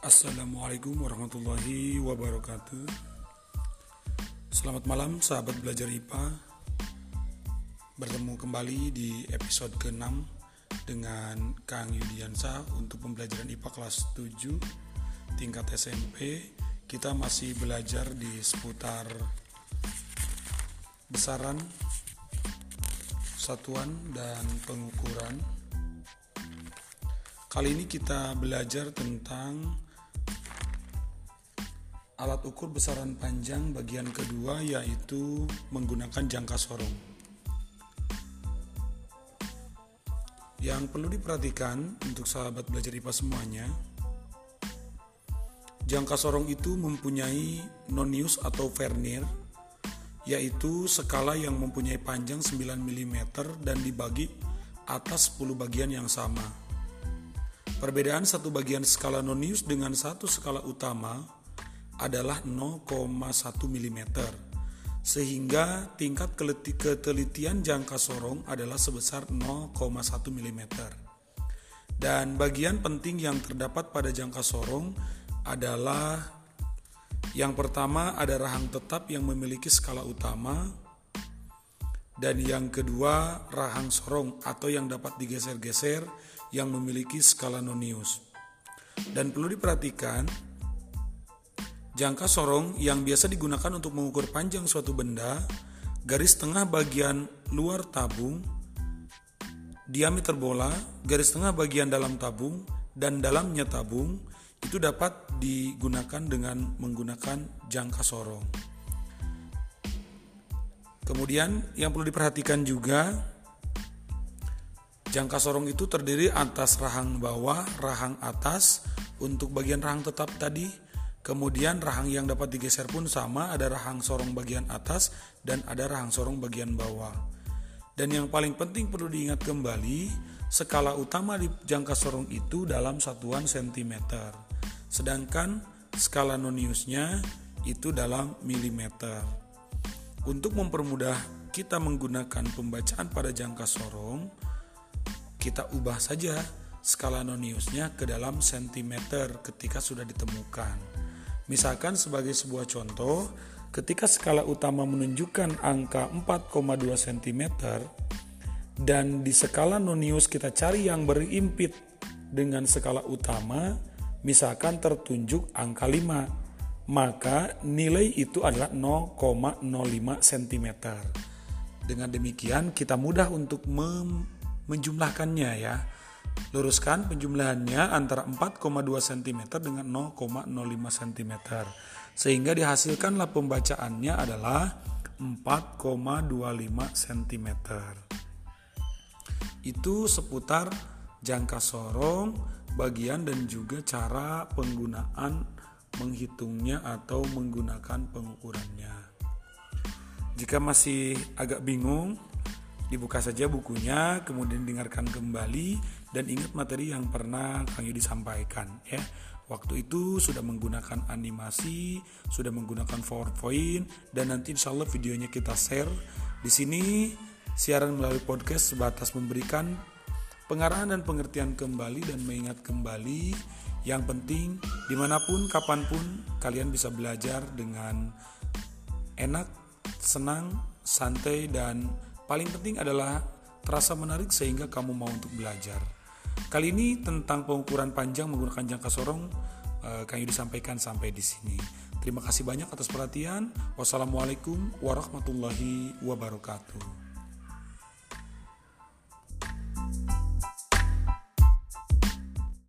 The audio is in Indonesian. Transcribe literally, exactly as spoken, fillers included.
Assalamualaikum warahmatullahi wabarakatuh. Selamat malam sahabat belajar I P A. Bertemu kembali di episode keenam dengan Kang Yudiansa untuk pembelajaran I P A kelas tujuh tingkat S M P. Kita masih belajar di seputar besaran, satuan, dan pengukuran. Kali ini kita belajar tentang alat ukur besaran panjang bagian kedua, yaitu menggunakan jangka sorong. Yang perlu diperhatikan untuk sahabat belajar I P A semuanya, jangka sorong itu mempunyai nonius atau vernier, yaitu skala yang mempunyai panjang sembilan milimeter dan dibagi atas sepuluh bagian yang sama. Perbedaan satu bagian skala nonius dengan satu skala utama adalah nol koma satu milimeter, sehingga tingkat ketelitian jangka sorong adalah sebesar nol koma satu milimeter. Dan bagian penting yang terdapat pada jangka sorong adalah yang pertama ada rahang tetap yang memiliki skala utama, dan yang kedua rahang sorong atau yang dapat digeser-geser yang memiliki skala nonius. Dan perlu diperhatikan, jangka sorong yang biasa digunakan untuk mengukur panjang suatu benda, garis tengah bagian luar tabung, diameter bola, garis tengah bagian dalam tabung, dan dalamnya tabung, itu dapat digunakan dengan menggunakan jangka sorong. Kemudian yang perlu diperhatikan juga, jangka sorong itu terdiri atas rahang bawah, rahang atas untuk bagian rahang tetap tadi. Kemudian rahang yang dapat digeser pun sama, ada rahang sorong bagian atas dan ada rahang sorong bagian bawah. Dan yang paling penting perlu diingat kembali, skala utama di jangka sorong itu dalam satuan sentimeter, sedangkan skala noniusnya itu dalam milimeter. Untuk mempermudah kita menggunakan pembacaan pada jangka sorong, kita ubah saja skala noniusnya ke dalam sentimeter ketika sudah ditemukan. Misalkan sebagai sebuah contoh, ketika skala utama menunjukkan angka empat koma dua sentimeter dan di skala nonius kita cari yang berimpit dengan skala utama, misalkan tertunjuk angka lima, maka nilai itu adalah nol koma nol lima sentimeter. Dengan demikian kita mudah untuk mem- menjumlahkannya ya. Luruskan penjumlahannya antara empat koma dua sentimeter dengan nol koma nol lima sentimeter, sehingga dihasilkanlah pembacaannya adalah empat koma dua lima sentimeter. Itu seputar jangka sorong, bagian dan juga cara penggunaan menghitungnya atau menggunakan pengukurannya. Jika masih agak bingung, dibuka saja bukunya, kemudian dengarkan kembali dan ingat materi yang pernah Kang Yudi sampaikan ya. Waktu itu sudah menggunakan animasi, sudah menggunakan PowerPoint, dan nanti insya Allah videonya kita share. Di sini siaran melalui podcast sebatas memberikan pengarahan dan pengertian kembali dan mengingat kembali. Yang penting dimanapun, kapanpun kalian bisa belajar dengan enak, senang, santai, dan paling penting adalah terasa menarik sehingga kamu mau untuk belajar. Kali ini tentang pengukuran panjang menggunakan jangka sorong, eh, Kang Yudi sampaikan sampai di sini. Terima kasih banyak atas perhatian. Wassalamualaikum warahmatullahi wabarakatuh.